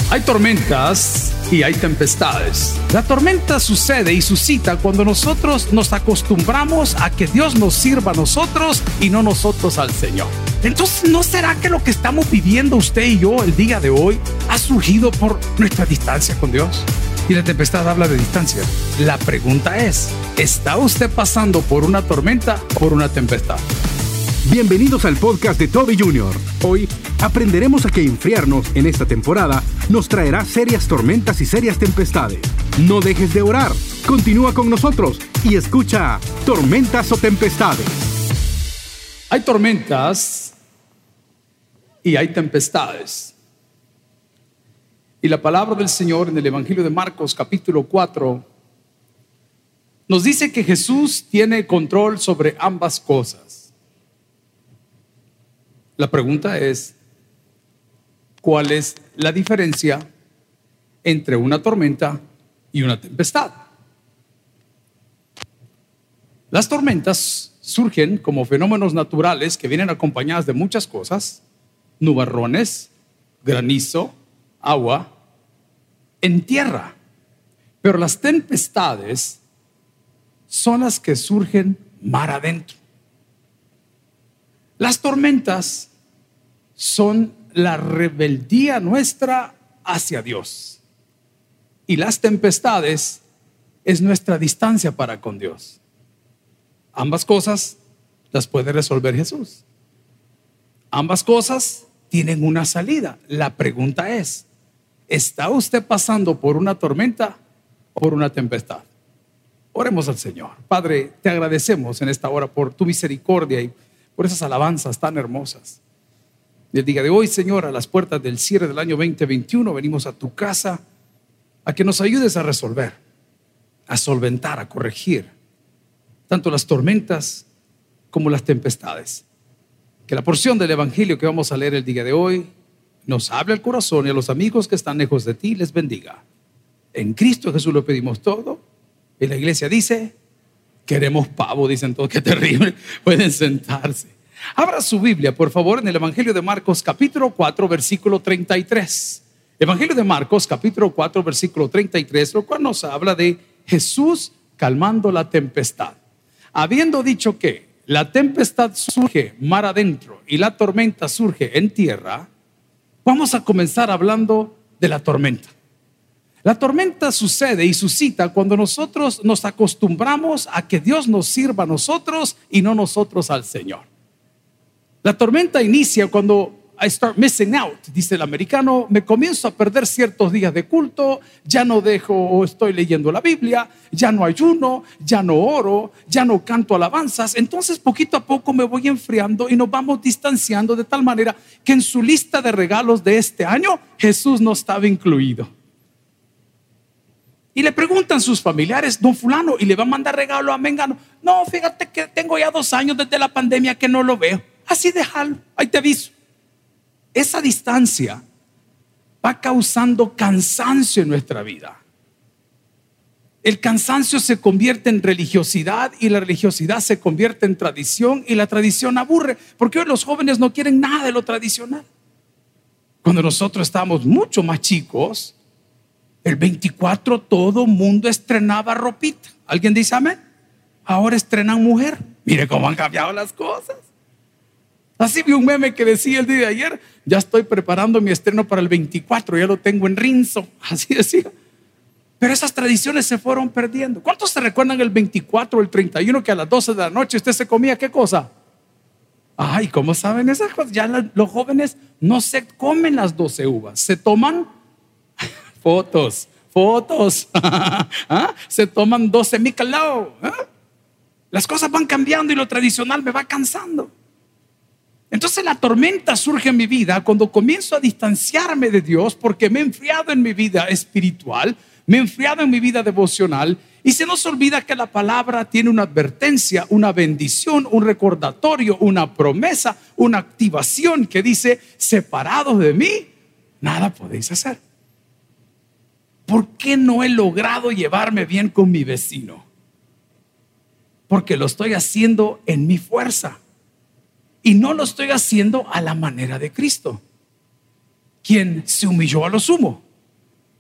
Hay tormentas y hay tempestades. La tormenta sucede y suscita cuando nosotros nos acostumbramos a que Dios nos sirva a nosotros y no nosotros al Señor. Entonces, ¿no será que lo que estamos viviendo usted y yo el día de hoy ha surgido por nuestra distancia con Dios? Y la tempestad habla de distancia. La pregunta es, ¿está usted pasando por una tormenta o por una tempestad? Bienvenidos al podcast de Toby Jr. Hoy aprenderemos a que enfriarnos en esta temporada nos traerá serias tormentas y serias tempestades. No dejes de orar. Continúa con nosotros y escucha Tormentas o Tempestades. Hay tormentas y hay tempestades. Y la palabra del Señor en el Evangelio de Marcos, capítulo 4, nos dice que Jesús tiene control sobre ambas cosas. La pregunta es, ¿cuál es la diferencia entre una tormenta y una tempestad? Las tormentas surgen como fenómenos naturales que vienen acompañadas de muchas cosas: nubarrones, granizo, agua, en tierra. Pero las tempestades son las que surgen mar adentro. Las tormentas son la rebeldía nuestra hacia Dios. Y las tempestades es nuestra distancia para con Dios. Ambas cosas las puede resolver Jesús. Ambas cosas tienen una salida. La pregunta es, ¿está usted pasando por una tormenta o por una tempestad? Oremos al Señor. Padre, te agradecemos en esta hora por tu misericordia y por esas alabanzas tan hermosas. El día de hoy, Señor, a las puertas del cierre del año 2021, venimos a tu casa a que nos ayudes a resolver, a solventar, a corregir tanto las tormentas como las tempestades. Que la porción del Evangelio que vamos a leer el día de hoy nos hable al corazón, y a los amigos que están lejos de ti les bendiga. En Cristo Jesús lo pedimos todo. Y la iglesia dice, queremos pavo, dicen todos. Qué terrible. Pueden sentarse. Abra su Biblia, por favor, en el Evangelio de Marcos, capítulo 4, versículo 33. Evangelio de Marcos, capítulo 4, versículo 33, lo cual nos habla de Jesús calmando la tempestad. Habiendo dicho que la tempestad surge mar adentro y la tormenta surge en tierra, vamos a comenzar hablando de la tormenta. La tormenta sucede y suscita cuando nosotros nos acostumbramos a que Dios nos sirva a nosotros y no nosotros al Señor. La tormenta inicia cuando I start missing out, dice el americano. Me comienzo a perder ciertos días de culto, ya no dejo o estoy leyendo la Biblia, ya no ayuno, ya no oro, ya no canto alabanzas. Entonces poquito a poco me voy enfriando y nos vamos distanciando de tal manera que en su lista de regalos de este año Jesús no estaba incluido. Y le preguntan sus familiares, don fulano, ¿y le va a mandar regalo a mengano? No, fíjate que tengo ya 2 años desde la pandemia que no lo veo. Así déjalo, ahí te aviso. Esa distancia va causando cansancio en nuestra vida. El cansancio se convierte en religiosidad y la religiosidad se convierte en tradición y la tradición aburre, porque hoy los jóvenes no quieren nada de lo tradicional. Cuando nosotros estábamos mucho más chicos, el 24 todo mundo estrenaba ropita. ¿Alguien dice amén? Ahora estrenan mujer. Mire cómo han cambiado las cosas. Así vi un meme que decía el día de ayer, ya estoy preparando mi estreno para el 24, ya lo tengo en Rinzo. Así decía. Pero esas tradiciones se fueron perdiendo. ¿Cuántos se recuerdan el 24 o el 31 que a las 12 de la noche usted se comía qué cosa? Ay, ¿cómo saben esas cosas? Ya los jóvenes no se comen las 12 uvas, se toman fotos. ¿Ah? Se toman 12 Michelob. ¿Ah? Las cosas van cambiando y lo tradicional me va cansando. Entonces la tormenta surge en mi vida cuando comienzo a distanciarme de Dios porque me he enfriado en mi vida espiritual, me he enfriado en mi vida devocional y se nos olvida que la palabra tiene una advertencia, una bendición, un recordatorio, una promesa, una activación que dice: separados de mí, nada podéis hacer. ¿Por qué no he logrado llevarme bien con mi vecino? Porque lo estoy haciendo en mi fuerza. Y no lo estoy haciendo a la manera de Cristo, quien se humilló a lo sumo.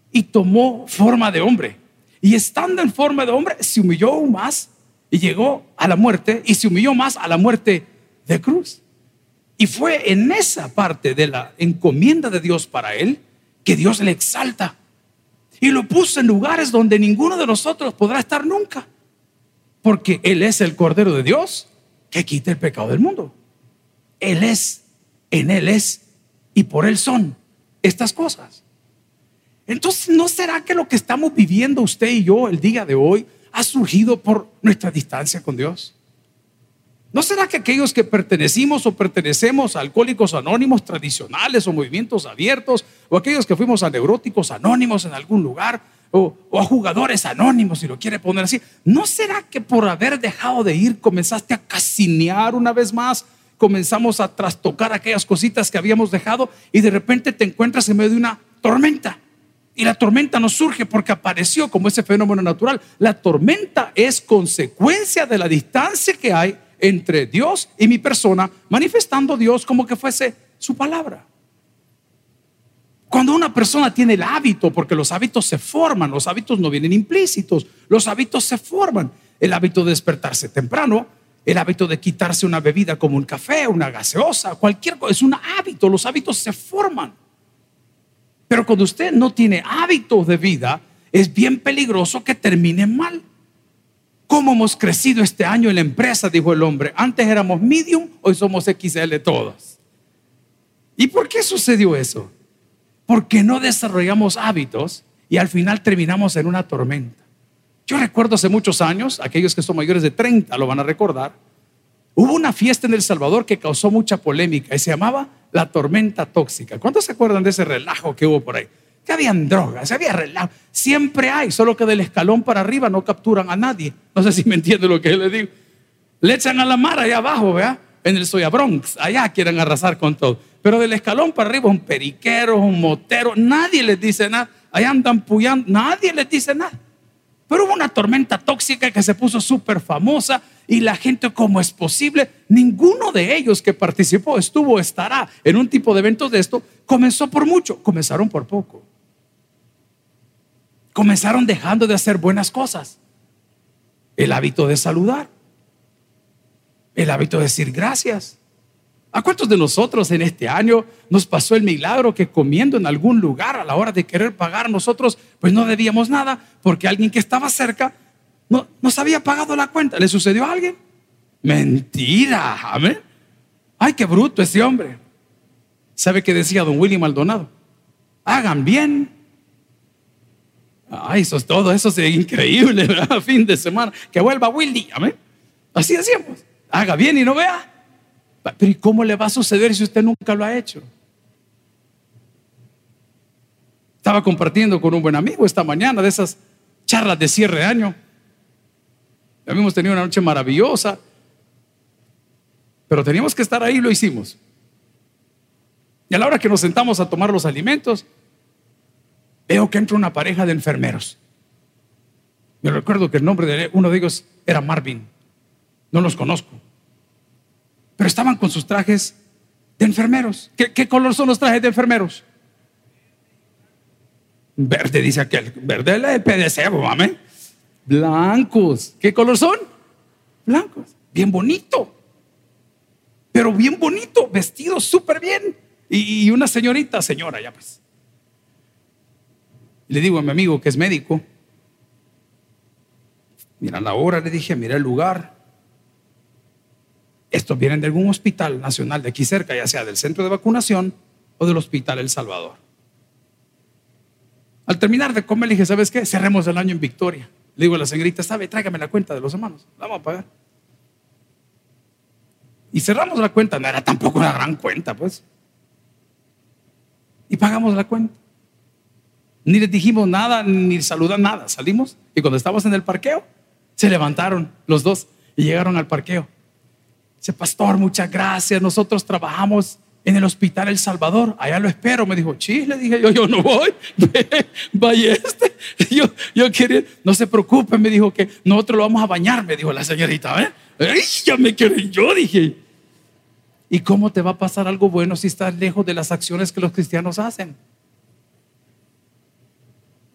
y tomó forma de hombre. Y estando en forma de hombre, se humilló aún más y llegó a la muerte, y se humilló más a la muerte de cruz. Y fue en esa parte de la encomienda de Dios para él que Dios le exalta y lo puso en lugares donde ninguno de nosotros podrá estar nunca, porque Él es el Cordero de Dios que quita el pecado del mundo. Él es, en Él es y por Él son estas cosas. Entonces, ¿no será que lo que estamos viviendo usted y yo el día de hoy ha surgido por nuestra distancia con Dios? ¿No será que aquellos que pertenecimos o pertenecemos a Alcohólicos Anónimos tradicionales o movimientos abiertos, o aquellos que fuimos a Neuróticos Anónimos en algún lugar, o a Jugadores Anónimos, si lo quiere poner así, ¿no será que por haber dejado de ir comenzaste a casinear una vez más? Comenzamos a trastocar aquellas cositas que habíamos dejado y de repente te encuentras en medio de una tormenta. Y la tormenta no surge porque apareció como ese fenómeno natural. La tormenta es consecuencia de la distancia que hay entre Dios y mi persona, manifestando Dios como que fuese su palabra. Cuando una persona tiene el hábito, porque los hábitos se forman, los hábitos no vienen implícitos, los hábitos se forman. El hábito de despertarse temprano, el hábito de quitarse una bebida como un café, una gaseosa, cualquier cosa, es un hábito, los hábitos se forman. Pero cuando usted no tiene hábitos de vida, es bien peligroso que termine mal. ¿Cómo hemos crecido este año en la empresa?, dijo el hombre. Antes éramos medium, hoy somos XL todos. ¿Y por qué sucedió eso? Porque no desarrollamos hábitos y al final terminamos en una tormenta. Yo recuerdo hace muchos años, aquellos que son mayores de 30 lo van a recordar, hubo una fiesta en El Salvador que causó mucha polémica y se llamaba la tormenta tóxica. ¿Cuántos se acuerdan de ese relajo que hubo por ahí? Que habían drogas, había relajo. Siempre hay, solo que del escalón para arriba no capturan a nadie. No sé si me entiende lo que le digo. Le echan a la mar allá abajo, ¿verdad? En el Soya Bronx, allá quieren arrasar con todo. Pero del escalón para arriba, un periquero, un motero, nadie les dice nada. Allá andan puyando, nadie les dice nada. Pero hubo una tormenta tóxica que se puso súper famosa y la gente, ¿cómo es posible? Ninguno de ellos que participó, estuvo o estará en un tipo de eventos de esto. Comenzó por mucho, comenzaron por poco. Comenzaron dejando de hacer buenas cosas. El hábito de saludar, el hábito de decir gracias. ¿A cuántos de nosotros en este año nos pasó el milagro que comiendo en algún lugar a la hora de querer pagar nosotros pues no debíamos nada porque alguien que estaba cerca no nos había pagado la cuenta? ¿Le sucedió a alguien? Mentira, amén. Ay, qué bruto ese hombre. ¿Sabe qué decía don Willy Maldonado? Hagan bien. Ay, eso es todo, eso es increíble, ¿verdad? Fin de semana, que vuelva Willy, amén. Así decíamos, haga bien y no vea. Pero ¿y cómo le va a suceder si usted nunca lo ha hecho? Estaba compartiendo con un buen amigo esta mañana de esas charlas de cierre de año. Habíamos tenido una noche maravillosa, pero teníamos que estar ahí y lo hicimos. Y a la hora que nos sentamos a tomar los alimentos, veo que entra una pareja de enfermeros. Me recuerdo que el nombre de uno de ellos era Marvin. No los conozco, pero estaban con sus trajes de enfermeros. ¿Qué color son los trajes de enfermeros? Verde, dice aquel. Verde es el PDC, amén. Blancos. ¿Qué color son? Blancos. Bien bonito, pero bien bonito, vestido súper bien. Y una señora ya pues. Le digo a mi amigo que es médico, mira la hora, le dije, mira el lugar. Estos vienen de algún hospital nacional de aquí cerca, ya sea del centro de vacunación o del hospital El Salvador. Al terminar de comer le dije, ¿sabes qué? Cerremos el año en victoria. Le digo a la señorita, ¿sabe? Tráigame la cuenta de los hermanos, la vamos a pagar. Y cerramos la cuenta, no era tampoco una gran cuenta pues. Y pagamos la cuenta. Ni les dijimos nada, ni saludan nada. Salimos y cuando estábamos en el parqueo, se levantaron los dos y llegaron al parqueo. Dice, pastor, muchas gracias. Nosotros trabajamos en el hospital El Salvador. Allá lo espero. Me dijo, chis, le dije yo no voy. Vaya este. Yo quería, no se preocupe, me dijo que nosotros lo vamos a bañar, me dijo la señorita. Ay, ya me quieren yo, dije. ¿Y cómo te va a pasar algo bueno si estás lejos de las acciones que los cristianos hacen?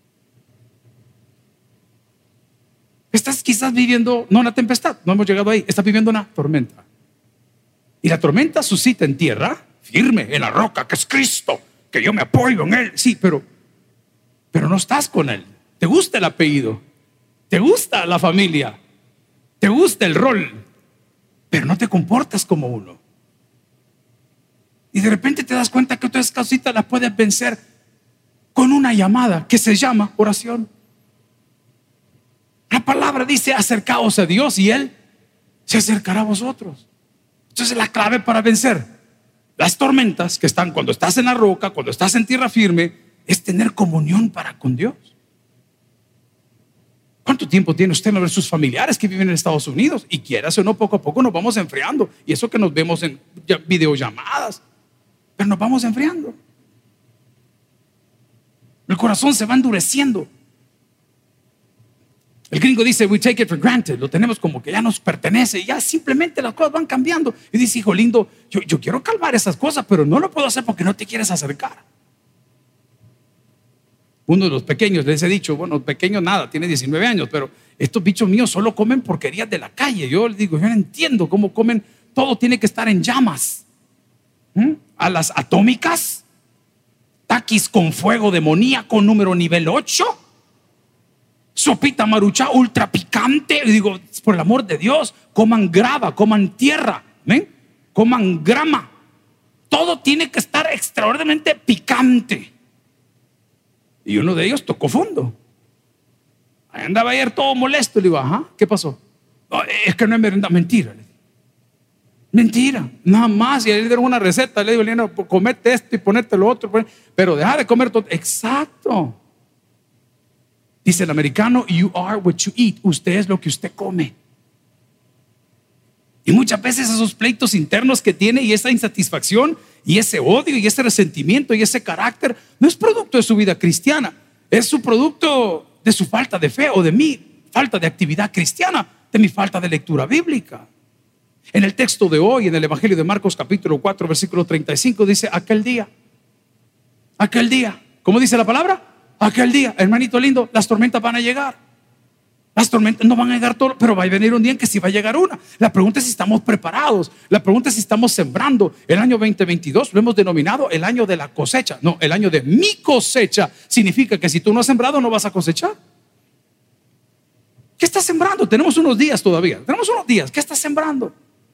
Estás quizás viviendo, no una tempestad, no hemos llegado ahí, estás viviendo una tormenta. Y la tormenta suscita en tierra, firme, en la roca, que es Cristo, que yo me apoyo en Él. Sí, pero no estás con Él. Te gusta el apellido, te gusta la familia, te gusta el rol, pero no te comportas como uno. Y de repente te das cuenta que todas esas cositas las puedes vencer con una llamada que se llama oración. La palabra dice: acercaos a Dios y Él se acercará a vosotros. Entonces la clave para vencer las tormentas que están cuando estás en la roca, cuando estás en tierra firme, es tener comunión para con Dios. ¿Cuánto tiempo tiene usted en ver sus familiares que viven en Estados Unidos? Y quieras o no, poco a poco nos vamos enfriando. Y eso que nos vemos en videollamadas, pero nos vamos enfriando. El corazón se va endureciendo. El gringo dice: we take it for granted. Lo tenemos como que ya nos pertenece. Y ya simplemente las cosas van cambiando. Y dice: hijo lindo, yo quiero calmar esas cosas, pero no lo puedo hacer porque no te quieres acercar. Uno de los pequeños les he dicho, bueno, pequeño nada, tiene 19 años, pero estos bichos míos solo comen porquerías de la calle. Yo les digo: yo no entiendo cómo comen. Todo tiene que estar en llamas. A las atómicas, taquis con fuego demoníaco número nivel 8, sopita maruchá ultra picante. Y digo: por el amor de Dios, coman grava, coman tierra, ¿ven? Coman grama. Todo tiene que estar extraordinariamente picante. Y uno de ellos tocó fondo. Ahí andaba ayer todo molesto. Le digo: ajá, ¿qué pasó? No, es que no es merenda. Mentira. Mentira, nada más. Y ahí le dieron una receta. Le digo: Elena, comete esto y ponete lo otro, pero deja de comer todo. Exacto. Dice el americano: you are what you eat. Usted es lo que usted come. Y muchas veces esos pleitos internos que tiene, y esa insatisfacción, y ese odio, y ese resentimiento, y ese carácter, no es producto de su vida cristiana. Es su producto de su falta de fe, o de mi falta de actividad cristiana, de mi falta de lectura bíblica. En el texto de hoy, en el Evangelio de Marcos capítulo 4 versículo 35, dice: aquel día, ¿cómo dice la palabra? Aquel día, hermanito lindo, las tormentas van a llegar. Las tormentas no van a llegar todo, pero va a venir un día en que sí va a llegar una. La pregunta es si estamos preparados. La pregunta es si estamos sembrando. El año 2022 lo hemos denominado el año de la cosecha. No, el año de mi cosecha. Significa que si tú no has sembrado, no vas a cosechar. ¿Qué estás sembrando? Tenemos unos días todavía. ¿Qué estás sembrando?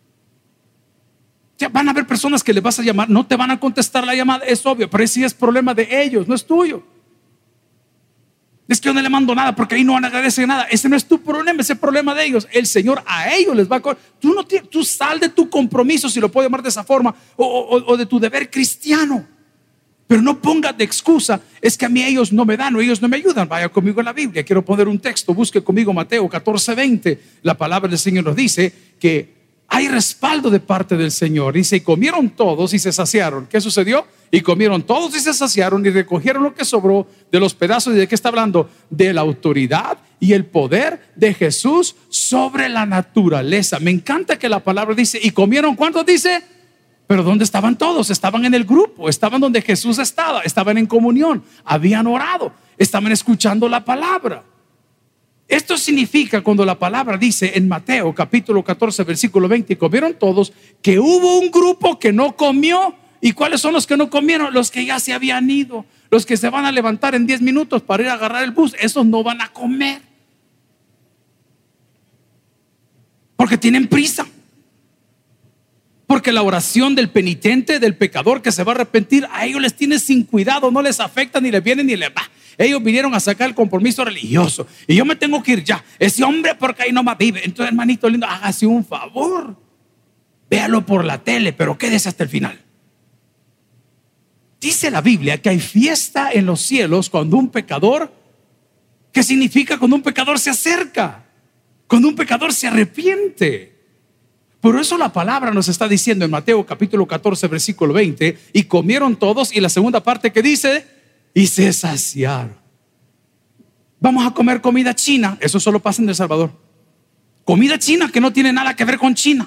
Ya van a haber personas que les vas a llamar, no te van a contestar la llamada, es obvio, pero ese es problema de ellos, no es tuyo. Es que yo no le mando nada porque ahí no van a agradecer nada. Ese no es tu problema, ese es el problema de ellos. El Señor a ellos les va a... Tú sal de tu compromiso, si lo puedo llamar de esa forma, o de tu deber cristiano. Pero no pongas de excusa: es que a mí ellos no me dan o ellos no me ayudan. Vaya conmigo en la Biblia, quiero poner un texto. Busque conmigo Mateo 14:20. La palabra del Señor nos dice que hay respaldo de parte del Señor. Dice: y comieron todos y se saciaron. ¿Qué sucedió? Y comieron todos y se saciaron y recogieron lo que sobró de los pedazos. ¿Y de qué está hablando? De la autoridad y el poder de Jesús sobre la naturaleza. Me encanta que la palabra dice: y comieron, ¿cuántos dice? Pero ¿dónde estaban todos? Estaban en el grupo, estaban donde Jesús estaba, estaban en comunión, habían orado, estaban escuchando la palabra. Esto significa, cuando la palabra dice en Mateo capítulo 14 versículo 20, y comieron todos, que hubo un grupo que no comió. ¿Y cuáles son los que no comieron? Los que ya se habían ido, los que se van a levantar en 10 minutos para ir a agarrar el bus. Esos no van a comer porque tienen prisa. Porque la oración del penitente, del pecador que se va a arrepentir, a ellos les tiene sin cuidado, no les afecta, ni les viene ni les va. Ellos vinieron a sacar el compromiso religioso y yo me tengo que ir ya. Ese hombre, porque ahí no más vive. Entonces, hermanito lindo, hágase un favor, véalo por la tele, pero quédese hasta el final. Dice la Biblia que hay fiesta en los cielos cuando un pecador, ¿qué significa? Cuando un pecador se acerca, cuando un pecador se arrepiente. Por eso la palabra nos está diciendo en Mateo capítulo 14 versículo 20, y comieron todos, y la segunda parte que dice, y se saciaron. Vamos a comer comida china. Eso solo pasa en El Salvador. Comida china que no tiene nada que ver con China.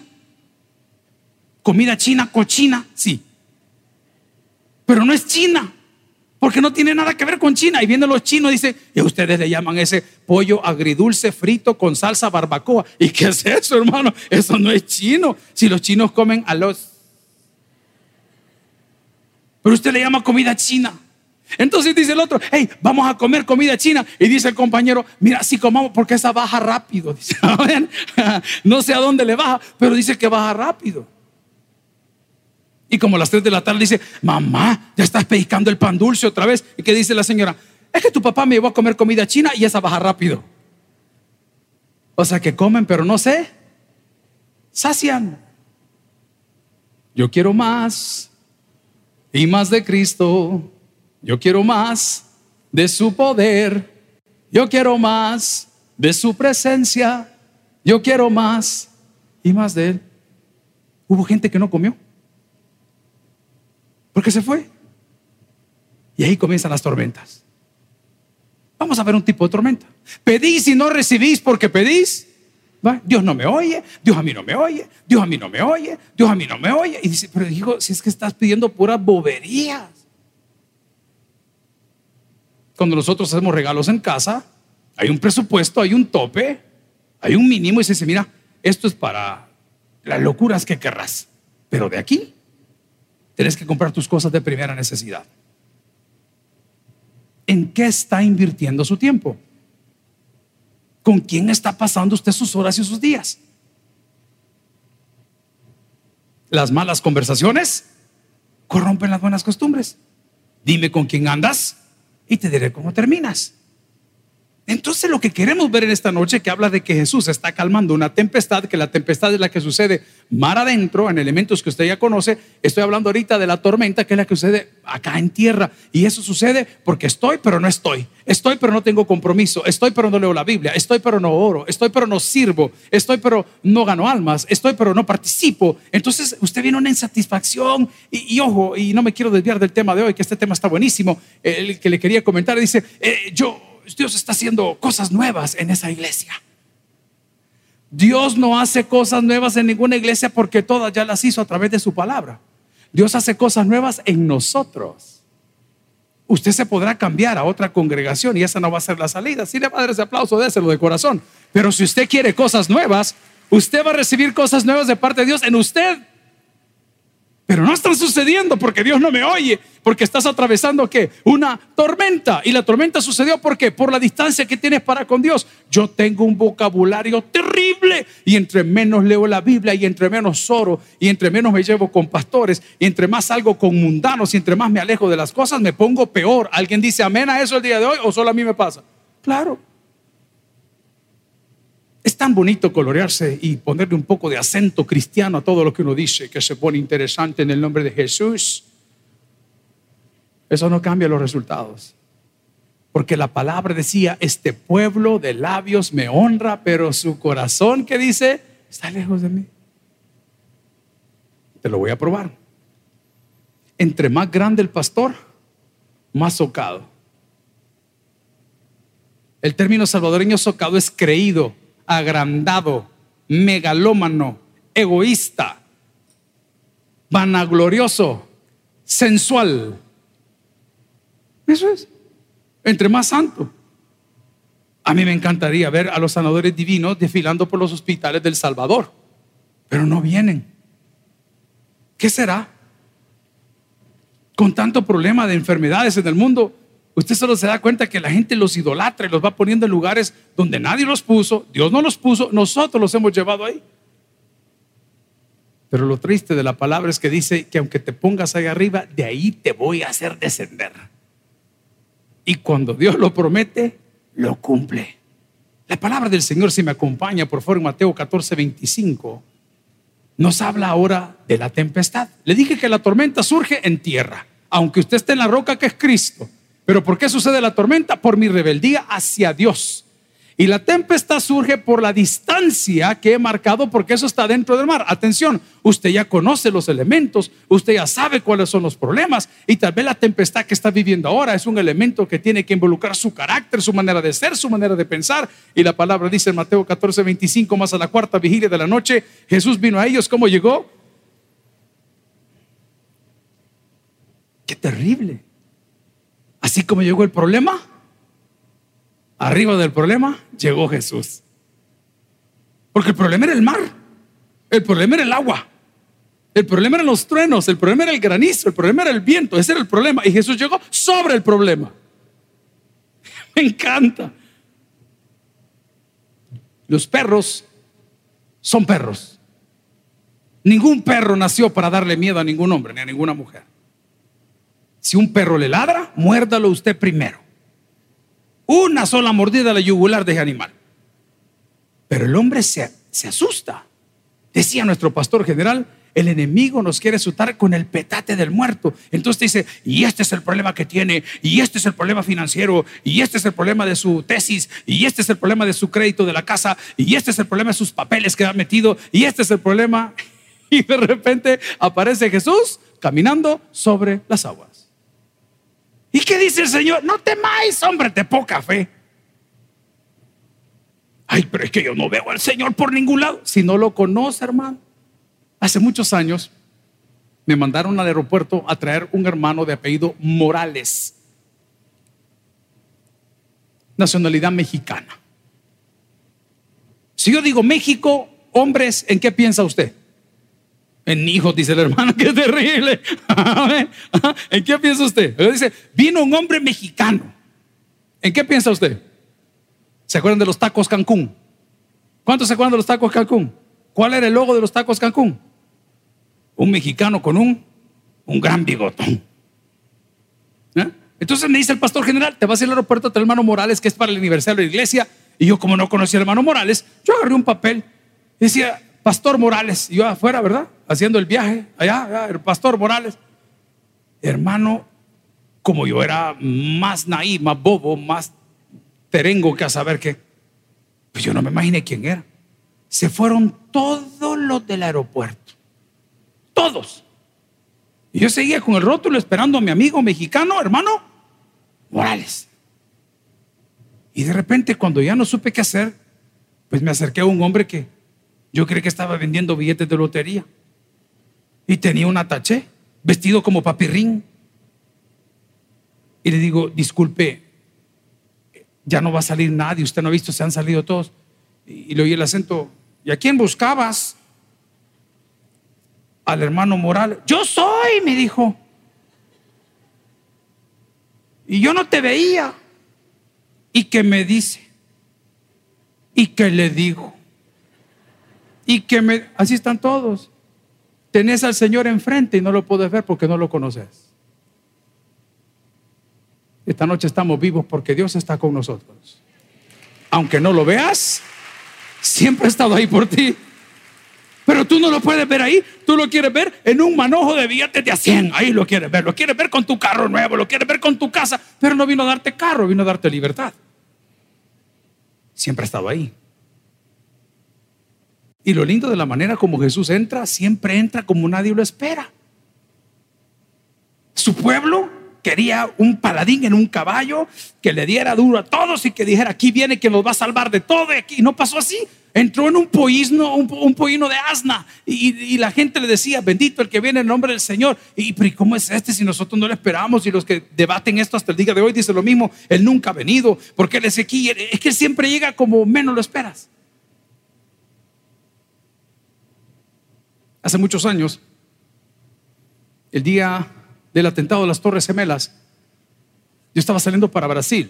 Comida china, cochina, sí, pero no es China, porque no tiene nada que ver con China. Y vienen los chinos y dicen, y ustedes le llaman ese pollo agridulce frito con salsa barbacoa. ¿Y qué es eso, hermano? Eso no es chino. Si los chinos comen arroz, pero usted le llama comida china. Entonces dice el otro, hey, vamos a comer comida china. Y dice el compañero, mira, si comamos, porque esa baja rápido. Dice, no sé a dónde le baja, pero dice que baja rápido. Y como a las 3 de la tarde dice, mamá, ya estás pellizcando el pan dulce otra vez. ¿Y qué dice la señora? Es que tu papá me llevó a comer comida china y esa baja rápido. O sea que comen, pero no se sacian. Yo quiero más y más de Cristo. Yo quiero más de su poder. Yo quiero más de su presencia. Yo quiero más y más de Él. Hubo gente que no comió porque se fue. Y ahí comienzan las tormentas. Vamos a ver un tipo de tormenta. Pedís y no recibís porque pedís. ¿Va? Dios no me oye, Dios a mí no me oye, Dios a mí no me oye, Dios a mí no me oye. Y dice, pero hijo, si es que estás pidiendo puras boberías. Cuando nosotros hacemos regalos en casa, hay un presupuesto, hay un tope, hay un mínimo. Y se dice, mira, esto es para las locuras que querrás, pero de aquí tienes que comprar tus cosas de primera necesidad. ¿En qué está invirtiendo su tiempo? ¿Con quién está pasando usted sus horas y sus días? Las malas conversaciones corrompen las buenas costumbres. Dime con quién andas y te diré cómo terminas. Entonces lo que queremos ver en esta noche, que habla de que Jesús está calmando una tempestad, que la tempestad es la que sucede mar adentro, en elementos que usted ya conoce. Estoy hablando ahorita de la tormenta, que es la que sucede acá en tierra. Y eso sucede porque estoy pero no estoy. Estoy pero no tengo compromiso. Estoy pero no leo la Biblia. Estoy pero no oro. Estoy pero no sirvo. Estoy pero no gano almas. Estoy pero no participo. Entonces usted viene una insatisfacción. Y ojo, y no me quiero desviar del tema de hoy, que este tema está buenísimo. El que le quería comentar dice, Dios está haciendo cosas nuevas en esa iglesia. Dios no hace cosas nuevas en ninguna iglesia porque todas ya las hizo a través de su palabra. Dios hace cosas nuevas en nosotros. Usted se podrá cambiar a otra congregación y esa no va a ser la salida. Si le va a dar ese aplauso, déselo de corazón. Pero si usted quiere cosas nuevas, usted va a recibir cosas nuevas de parte de Dios en usted. Pero no están sucediendo porque Dios no me oye, porque estás atravesando ¿qué? Una tormenta. Y la tormenta sucedió porque por la distancia que tienes para con Dios. Yo tengo un vocabulario terrible, y entre menos leo la Biblia, y entre menos oro, y entre menos me llevo con pastores, y entre más salgo con mundanos, y entre más me alejo de las cosas, me pongo peor. ¿Alguien dice amén a eso el día de hoy o solo a mí me pasa? Claro. Es tan bonito colorearse y ponerle un poco de acento cristiano a todo lo que uno dice, que se pone interesante en el nombre de Jesús. Eso no cambia los resultados, porque la palabra decía, este pueblo de labios me honra, pero su corazón, ¿qué dice? Está lejos de mí. Te lo voy a probar. Entre más grande el pastor, más socado. El término salvadoreño socado es creído, agrandado, megalómano, egoísta, vanaglorioso, sensual. Eso es. Entre más santo. A mí me encantaría ver a los sanadores divinos desfilando por los hospitales del Salvador, pero no vienen. ¿Qué será? Con tanto problema de enfermedades en el mundo, usted solo se da cuenta que la gente los idolatra y los va poniendo en lugares donde nadie los puso. Dios no los puso, nosotros los hemos llevado ahí. Pero lo triste de la palabra es que dice que aunque te pongas ahí arriba, de ahí te voy a hacer descender. Y cuando Dios lo promete, lo cumple. La palabra del Señor, si me acompaña por favor, en Mateo 14:25, nos habla ahora de la tempestad. Le dije que la tormenta surge en tierra, aunque usted esté en la roca que es Cristo. ¿Pero por qué sucede la tormenta? Por mi rebeldía hacia Dios. Y la tempestad surge por la distancia que he marcado, porque eso está dentro del mar. Atención, usted ya conoce los elementos, usted ya sabe cuáles son los problemas, y tal vez la tempestad que está viviendo ahora es un elemento que tiene que involucrar su carácter, su manera de ser, su manera de pensar. Y la palabra dice en Mateo 14:25, más a la cuarta vigilia de la noche, Jesús vino a ellos. ¿Cómo llegó? ¡Qué terrible! Así como llegó el problema, arriba del problema llegó Jesús. Porque el problema era el mar, el problema era el agua, el problema eran los truenos, el problema era el granizo, el problema era el viento. Ese era el problema, y Jesús llegó sobre el problema. Me encanta. Los perros son perros. Ningún perro nació para darle miedo a ningún hombre ni a ninguna mujer. Si un perro le ladra, muérdalo usted primero. Una sola mordida a la yugular de ese animal. Pero el hombre se asusta. Decía nuestro pastor general: el enemigo nos quiere asustar con el petate del muerto. Entonces dice: y este es el problema que tiene, y este es el problema financiero, y este es el problema de su tesis, y este es el problema de su crédito de la casa, y este es el problema de sus papeles que ha metido, y este es el problema. Y de repente aparece Jesús caminando sobre las aguas. ¿Y qué dice el Señor? No temáis, hombre de poca fe. Ay, pero es que yo no veo al Señor por ningún lado. Si no lo conoce, hermano. Hace muchos años me mandaron al aeropuerto a traer un hermano de apellido Morales, nacionalidad mexicana. Si yo digo México, hombres, ¿en qué piensa usted? En hijos, dice el hermano. Qué terrible. ¿En qué piensa usted? Dice: vino un hombre mexicano. ¿En qué piensa usted? ¿Se acuerdan de los tacos Cancún? ¿Cuántos se acuerdan de los tacos Cancún? ¿Cuál era el logo de los tacos Cancún? Un mexicano con un gran bigotón. Entonces me dice el pastor general: te vas al aeropuerto a traer el hermano Morales, que es para el aniversario de la iglesia. Y yo, como no conocía al hermano Morales, yo agarré un papel y decía: Pastor Morales. Y yo afuera, ¿verdad? Haciendo el viaje allá, el pastor Morales. Hermano, como yo era más naí, más bobo, más terengo que a saber qué, pues yo no me imaginé quién era. Se fueron todos los del aeropuerto, todos. Y yo seguía con el rótulo esperando a mi amigo mexicano, hermano Morales. Y de repente, cuando ya no supe qué hacer, pues me acerqué a un hombre que yo creí que estaba vendiendo billetes de lotería, y tenía un ataché vestido como papirrín. Y le digo: disculpe, ya no va a salir nadie, usted no ha visto, se han salido todos. Y le oí el acento: ¿y a quién buscabas? Al hermano Morales. Yo soy, me dijo. Y yo no te veía. ¿Y qué me dice? ¿Y qué le digo? Y que así están todos. Tenés al Señor enfrente y no lo puedes ver porque no lo conoces. Esta noche estamos vivos porque Dios está con nosotros. Aunque no lo veas, siempre ha estado ahí por ti. Pero tú no lo puedes ver ahí. Tú lo quieres ver en un manojo de billetes de a 100. Ahí lo quieres ver. Lo quieres ver con tu carro nuevo. Lo quieres ver con tu casa. Pero no vino a darte carro, vino a darte libertad. Siempre ha estado ahí. Y lo lindo de la manera como Jesús entra, siempre entra como nadie lo espera. Su pueblo quería un paladín en un caballo que le diera duro a todos y que dijera: aquí viene quien nos va a salvar de todo. Y aquí no pasó así. Entró en un pollino de asna, y la gente le decía: bendito el que viene en nombre del Señor. Pero ¿y cómo es este si nosotros no lo esperamos? Y los que debaten esto hasta el día de hoy dicen lo mismo: él nunca ha venido, porque él es aquí. Es que él siempre llega como menos lo esperas. Hace muchos años, el día del atentado de las Torres Gemelas, yo estaba saliendo para Brasil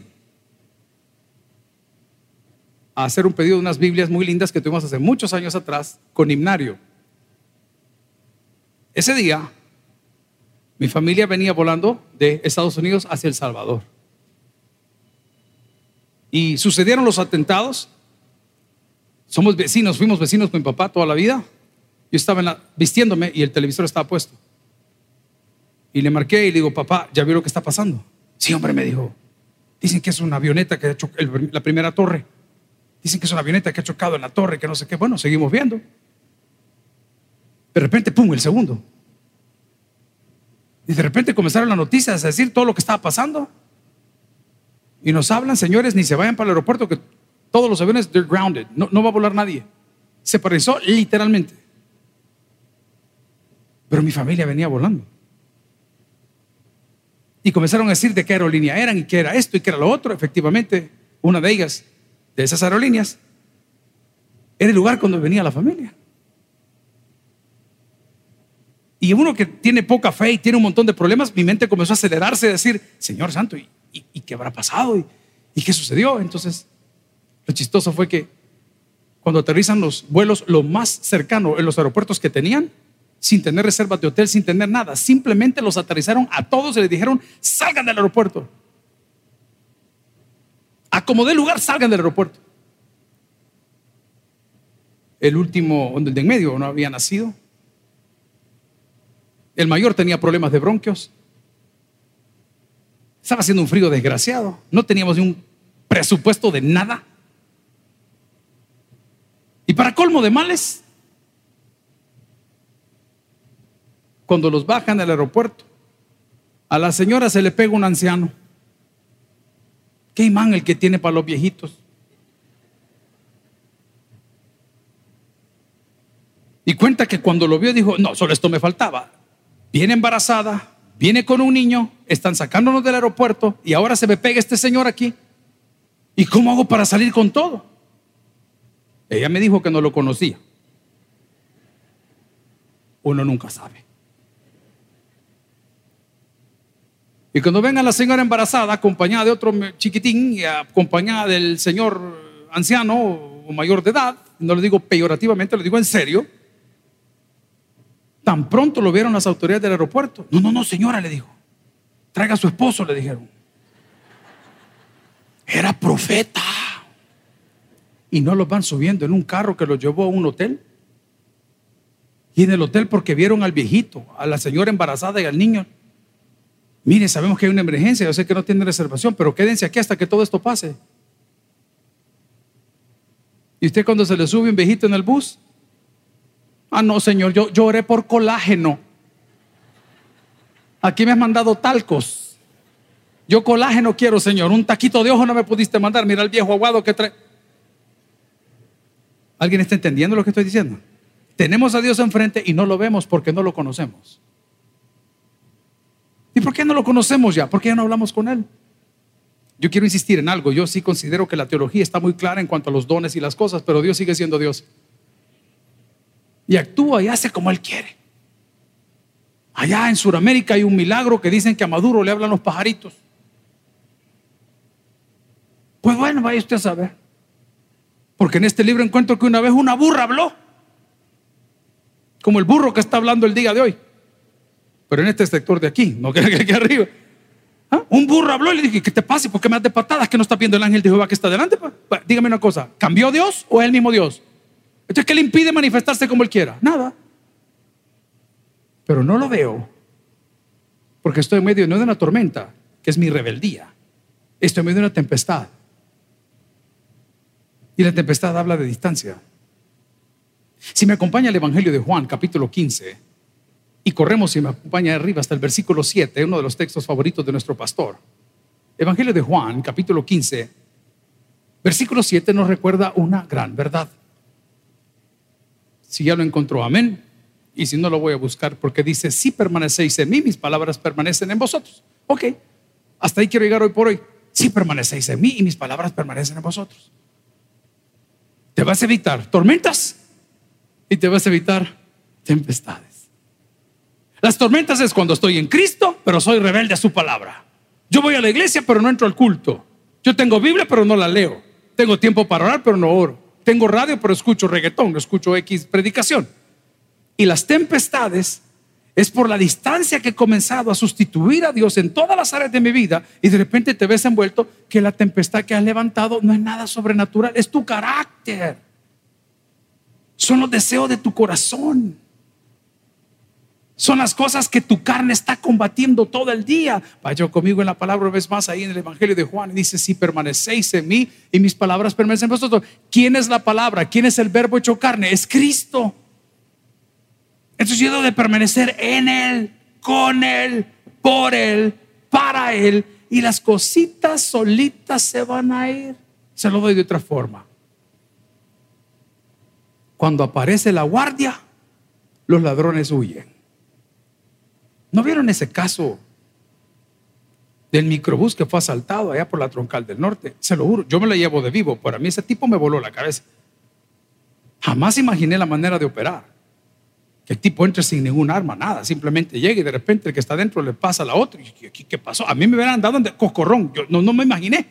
a hacer un pedido de unas Biblias muy lindas que tuvimos hace muchos años atrás con himnario. Ese día mi familia venía volando de Estados Unidos hacia El Salvador y sucedieron los atentados. Somos vecinos, fuimos vecinos con mi papá toda la vida. Yo estaba vistiéndome y el televisor estaba puesto. Y le marqué y le digo: papá, ¿ya vio lo que está pasando? Sí, hombre, me dijo. Dicen que es una avioneta que ha chocado la primera torre. Dicen que es una avioneta que ha chocado en la torre, que no sé qué. Bueno, seguimos viendo. De repente, pum, el segundo. Y de repente comenzaron las noticias a decir todo lo que estaba pasando. Y nos hablan: señores, ni se vayan para el aeropuerto, que todos los aviones, they're grounded. No va a volar nadie. Se paralizó literalmente. Pero mi familia venía volando. Y comenzaron a decir de qué aerolínea eran y qué era esto y qué era lo otro. Efectivamente, una de ellas, de esas aerolíneas, era el lugar donde venía la familia. Y uno que tiene poca fe y tiene un montón de problemas, mi mente comenzó a acelerarse y a decir: Señor Santo, ¿y qué habrá pasado? ¿Y qué sucedió? Entonces, lo chistoso fue que cuando aterrizan los vuelos, lo más cercano en los aeropuertos que tenían, sin tener reservas de hotel, sin tener nada, simplemente los aterrizaron a todos y les dijeron: salgan del aeropuerto. A como dé lugar, salgan del aeropuerto. El último, el de en medio, no había nacido. El mayor tenía problemas de bronquios. Estaba haciendo un frío desgraciado. No teníamos ni un presupuesto de nada. Y para colmo de males, cuando los bajan del aeropuerto, a la señora se le pega un anciano. Qué imán el que tiene para los viejitos. Y cuenta que cuando lo vio dijo: no, solo esto me faltaba. Viene embarazada, viene con un niño, están sacándonos del aeropuerto y ahora se me pega este señor aquí. ¿Y cómo hago para salir con todo? Ella me dijo que no lo conocía. Uno nunca sabe. Y cuando venga la señora embarazada, acompañada de otro chiquitín y acompañada del señor anciano o mayor de edad, no lo digo peyorativamente, lo digo en serio, tan pronto lo vieron las autoridades del aeropuerto. No, señora, le dijo, traiga a su esposo, le dijeron. Era profeta. Y no los van subiendo en un carro que los llevó a un hotel. Y en el hotel, porque vieron al viejito, a la señora embarazada y al niño. Mire, sabemos que hay una emergencia, yo sé que no tienen reservación, pero quédense aquí hasta que todo esto pase. Y usted, cuando se le sube un viejito en el bus: no, señor, yo oré por colágeno. Aquí me has mandado talcos. Yo colágeno quiero, señor. Un taquito de ojo no me pudiste mandar. Mira el viejo aguado que trae. ¿Alguien está entendiendo lo que estoy diciendo? Tenemos a Dios enfrente y no lo vemos porque no lo conocemos. ¿Y por qué no lo conocemos ya? Porque ya no hablamos con Él. Yo quiero insistir en algo. Yo sí considero que la teología está muy clara en cuanto a los dones y las cosas, pero Dios sigue siendo Dios. Y actúa y hace como Él quiere. Allá en Sudamérica hay un milagro que dicen que a Maduro le hablan los pajaritos. Pues bueno, vaya usted a saber. Porque en este libro encuentro que una vez una burra habló, como el burro que está hablando el día de hoy, pero en este sector de aquí, no que aquí arriba. Un burro habló y le dije: ¿qué te pasa? ¿Por qué me das de patadas? ¿Que no estás viendo el ángel de Jehová que está delante? Dígame una cosa, ¿cambió Dios o es el mismo Dios? Entonces, ¿qué le impide manifestarse como Él quiera? Nada. Pero no lo veo, porque estoy en medio no de una tormenta, que es mi rebeldía. Estoy en medio de una tempestad. Y la tempestad habla de distancia. Si me acompaña el Evangelio de Juan, capítulo 15, y corremos, si me acompaña arriba hasta el versículo 7, uno de los textos favoritos de nuestro pastor. Evangelio de Juan, capítulo 15, versículo 7 nos recuerda una gran verdad. Si ya lo encontró, amén. Y si no, lo voy a buscar, porque dice: si permanecéis en mí, mis palabras permanecen en vosotros. Ok, hasta ahí quiero llegar hoy por hoy. Si permanecéis en mí y mis palabras permanecen en vosotros. Te vas a evitar tormentas y te vas a evitar tempestades. Las tormentas es cuando estoy en Cristo, pero soy rebelde a su palabra. Yo voy a la iglesia, pero no entro al culto. Yo tengo Biblia, pero no la leo. Tengo tiempo para orar, pero no oro. Tengo radio, pero escucho reggaetón, no escucho X predicación. Y las tempestades es por la distancia que he comenzado a sustituir a Dios en todas las áreas de mi vida, y de repente te ves envuelto que la tempestad que has levantado no es nada sobrenatural, es tu carácter, son los deseos de tu corazón, son las cosas que tu carne está combatiendo todo el día. Vaya conmigo en la palabra una vez más, ahí en el Evangelio de Juan, y dice: si permanecéis en mí y mis palabras permanecen en vosotros. ¿Quién es la palabra? ¿Quién es el verbo hecho carne? Es Cristo. Entonces yo debo de permanecer en Él, con Él, por Él, para Él, y las cositas solitas se van a ir. Se lo doy de otra forma. Cuando aparece la guardia, los ladrones huyen. ¿No vieron ese caso del microbús que fue asaltado allá por la Troncal del Norte. Se lo juro, yo me lo llevo de vivo. Para mí ese tipo me voló la cabeza. Jamás imaginé la manera de operar. Que el tipo entre sin ningún arma, nada. Simplemente llega y de repente el que está dentro le pasa a la otra. Y ¿qué pasó? A mí me hubieran dado de coscorrón. Yo no me imaginé.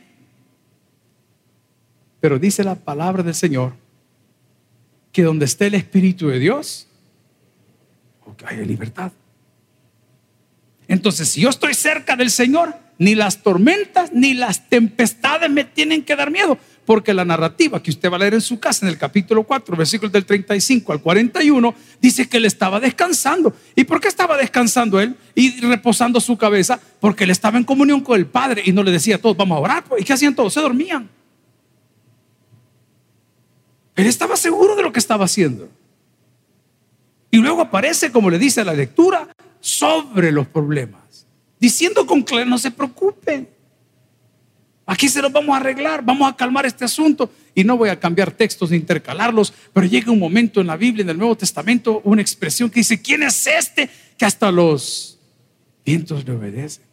Pero dice la palabra del Señor que donde esté el Espíritu de Dios, hay libertad. Entonces, si yo estoy cerca del Señor, ni las tormentas ni las tempestades me tienen que dar miedo, porque la narrativa que usted va a leer en su casa, en el capítulo 4, versículos del 35 al 41, dice que él estaba descansando. ¿Y por qué estaba descansando él y reposando su cabeza? Porque él estaba en comunión con el Padre y no le decía a todos, vamos a orar. ¿Y qué hacían todos? Se dormían. Él estaba seguro de lo que estaba haciendo. Y luego aparece, como le dice la lectura, sobre los problemas, diciendo con claridad, no se preocupen, aquí se los vamos a arreglar, vamos a calmar este asunto. Y no voy a cambiar textos ni intercalarlos, pero llega un momento en la Biblia, en el Nuevo Testamento, una expresión que dice, ¿quién es este que hasta los vientos le obedecen?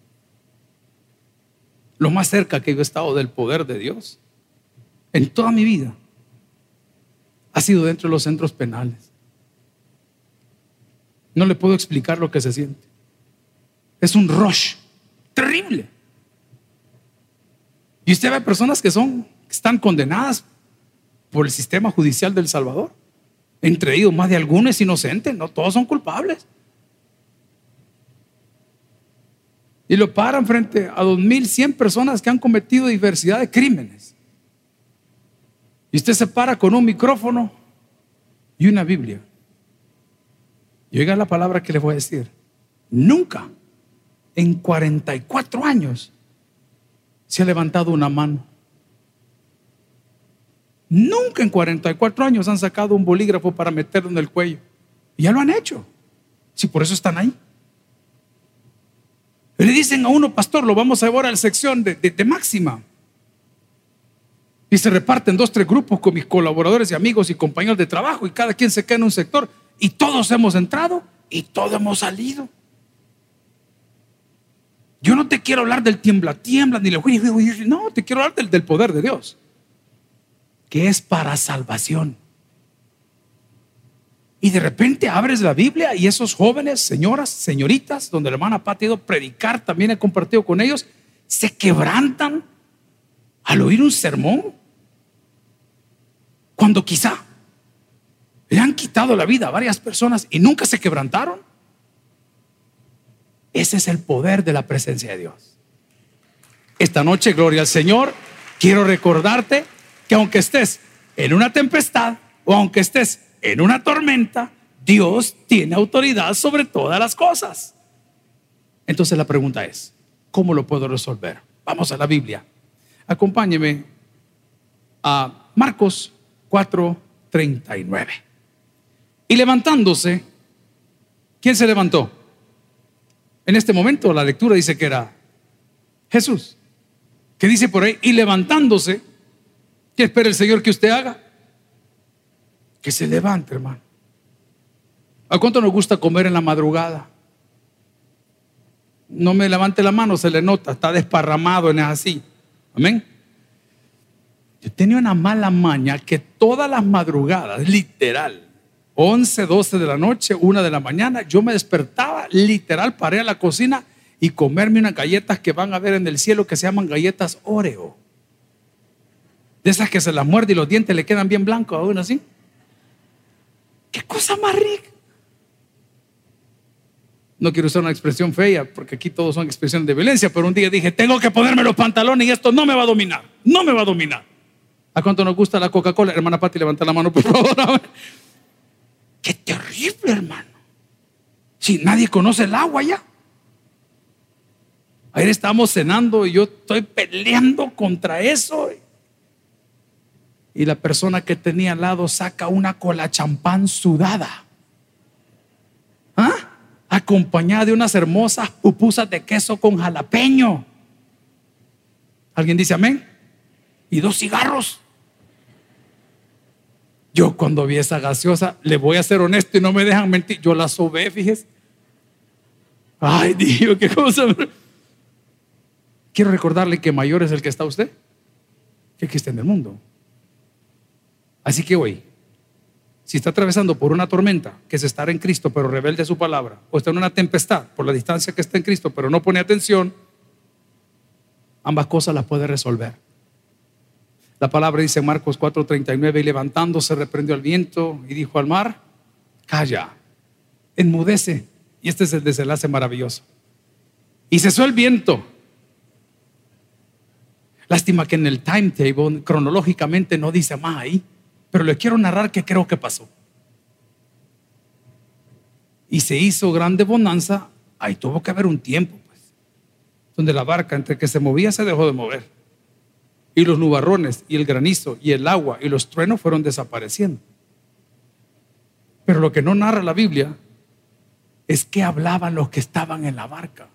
Lo más cerca que yo he estado del poder de Dios en toda mi vida ha sido dentro de los centros penales. No le puedo explicar lo que se siente. Es un rush terrible. Y usted ve personas que están condenadas por el sistema judicial del Salvador. Entre ellos más de algunos inocentes, no todos son culpables. Y lo paran frente a 2100 personas que han cometido diversidad de crímenes. Y usted se para con un micrófono y una Biblia. Y oiga la palabra que les voy a decir. Nunca en 44 años se ha levantado una mano. Nunca en 44 años han sacado un bolígrafo para meterlo en el cuello. Y ya lo han hecho. Si por eso están ahí. Le dicen a uno, pastor, lo vamos a llevar a la sección de máxima. Y se reparten 2, 3 grupos con mis colaboradores y amigos y compañeros de trabajo. Y cada quien se queda en un sector. Y todos hemos entrado y todos hemos salido. Yo no te quiero hablar del tiembla, ni le no, te quiero hablar del poder de Dios, que es para salvación. Y de repente abres la Biblia y esos jóvenes, señoras, señoritas, donde la hermana Pati ha ido a predicar, también he compartido con ellos, se quebrantan al oír un sermón, cuando quizá le han quitado la vida a varias personas y nunca se quebrantaron. Ese es el poder de la presencia de Dios. Esta noche, gloria al Señor, quiero recordarte que aunque estés en una tempestad o aunque estés en una tormenta, Dios tiene autoridad sobre todas las cosas. Entonces la pregunta es, ¿cómo lo puedo resolver? Vamos a la Biblia. Acompáñeme a Marcos 4:39. Y levantándose, ¿quién se levantó? En este momento la lectura dice que era Jesús. ¿Qué dice por ahí? Y levantándose, ¿qué espera el Señor que usted haga? Que se levante, hermano. ¿A cuánto nos gusta comer en la madrugada? No me levante la mano, se le nota, está desparramado en así. Amén. Yo tenía una mala maña que todas las madrugadas, literal, 11, 12 de la noche, 1 de la mañana, yo me despertaba, literal, paré a la cocina y comerme unas galletas que van a ver en el cielo que se llaman galletas Oreo. De esas que se las muerde y los dientes le quedan bien blancos aún así. ¡Qué cosa más rica! No quiero usar una expresión fea porque aquí todos son expresiones de violencia, pero un día dije, tengo que ponerme los pantalones y esto no me va a dominar. No me va a dominar. ¿A cuánto nos gusta la Coca-Cola? Hermana Pati, levanta la mano, por favor. ¡Qué terrible, hermano! Si nadie conoce el agua ya. Ayer estábamos cenando y yo estoy peleando contra eso. Y la persona que tenía al lado saca una cola champán sudada, acompañada de unas hermosas pupusas de queso con jalapeño. ¿Alguien dice amén? Y 2 cigarros. Yo cuando vi esa gaseosa, le voy a ser honesto y no me dejan mentir, yo la sobé, fíjese. Ay, Dios, qué cosa. quiero recordarle que mayor es el que está usted que el que está en el mundo. Así que hoy, si está atravesando por una tormenta, que es estar en Cristo pero rebelde a su palabra, o está en una tempestad por la distancia que está en Cristo pero no pone atención, ambas cosas las puede resolver. La palabra dice en Marcos 4:39: y levantándose reprendió al viento y dijo al mar: calla, enmudece. Y este es el desenlace maravilloso. Y cesó el viento. Lástima que en el timetable cronológicamente no dice más ahí, pero le quiero narrar que creo que pasó. Y se hizo grande bonanza. Ahí tuvo que haber un tiempo, pues, donde la barca entre que se movía se dejó de mover, y los nubarrones y el granizo y el agua y los truenos fueron desapareciendo. Pero lo que no narra la Biblia es que hablaban los que estaban en la barca.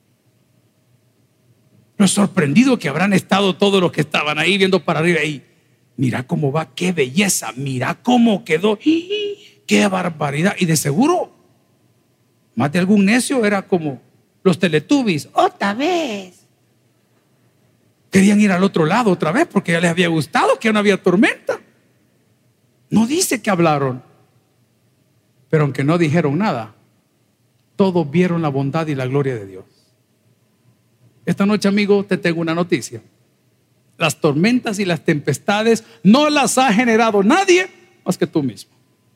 Lo sorprendido que habrán estado todos los que estaban ahí viendo para arriba ahí. Mira cómo va, qué belleza, mira cómo quedó, qué barbaridad. Y de seguro más de algún necio era como los Teletubbies: otra vez. Querían ir al otro lado otra vez porque ya les había gustado, que ya no había tormenta. No dice que hablaron, pero aunque no dijeron nada, todos vieron la bondad y la gloria de Dios. Esta noche, amigo, te tengo una noticia. Las tormentas y las tempestades no las ha generado nadie más que tú mismo.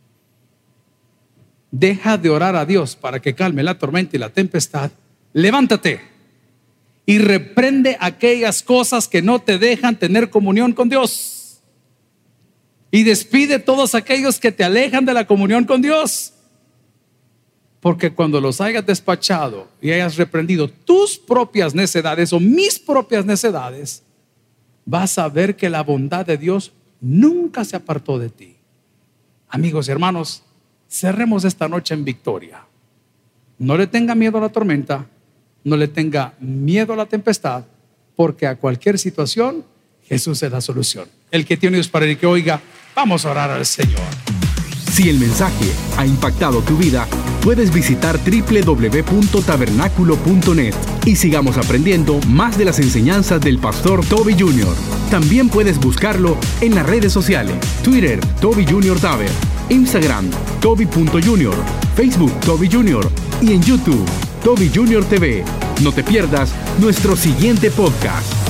Deja de orar a Dios para que calme la tormenta y la tempestad. Levántate y reprende aquellas cosas que no te dejan tener comunión con Dios. Y despide todos aquellos que te alejan de la comunión con Dios. Porque cuando los hayas despachado y hayas reprendido tus propias necedades o mis propias necedades, vas a ver que la bondad de Dios nunca se apartó de ti. Amigos y hermanos, cerremos esta noche en victoria. No le tenga miedo a la tormenta, no le tenga miedo a la tempestad, porque a cualquier situación Jesús es la solución. El que tiene oídos para el que oiga, vamos a orar al Señor. Si el mensaje ha impactado tu vida, puedes visitar www.tabernaculo.net y sigamos aprendiendo más de las enseñanzas del pastor Toby Jr. También puedes buscarlo en las redes sociales: Twitter, Toby Jr. Taber, Instagram, Toby.Jr., Facebook, Toby Jr. y en YouTube, Toby Jr. TV. No te pierdas nuestro siguiente podcast.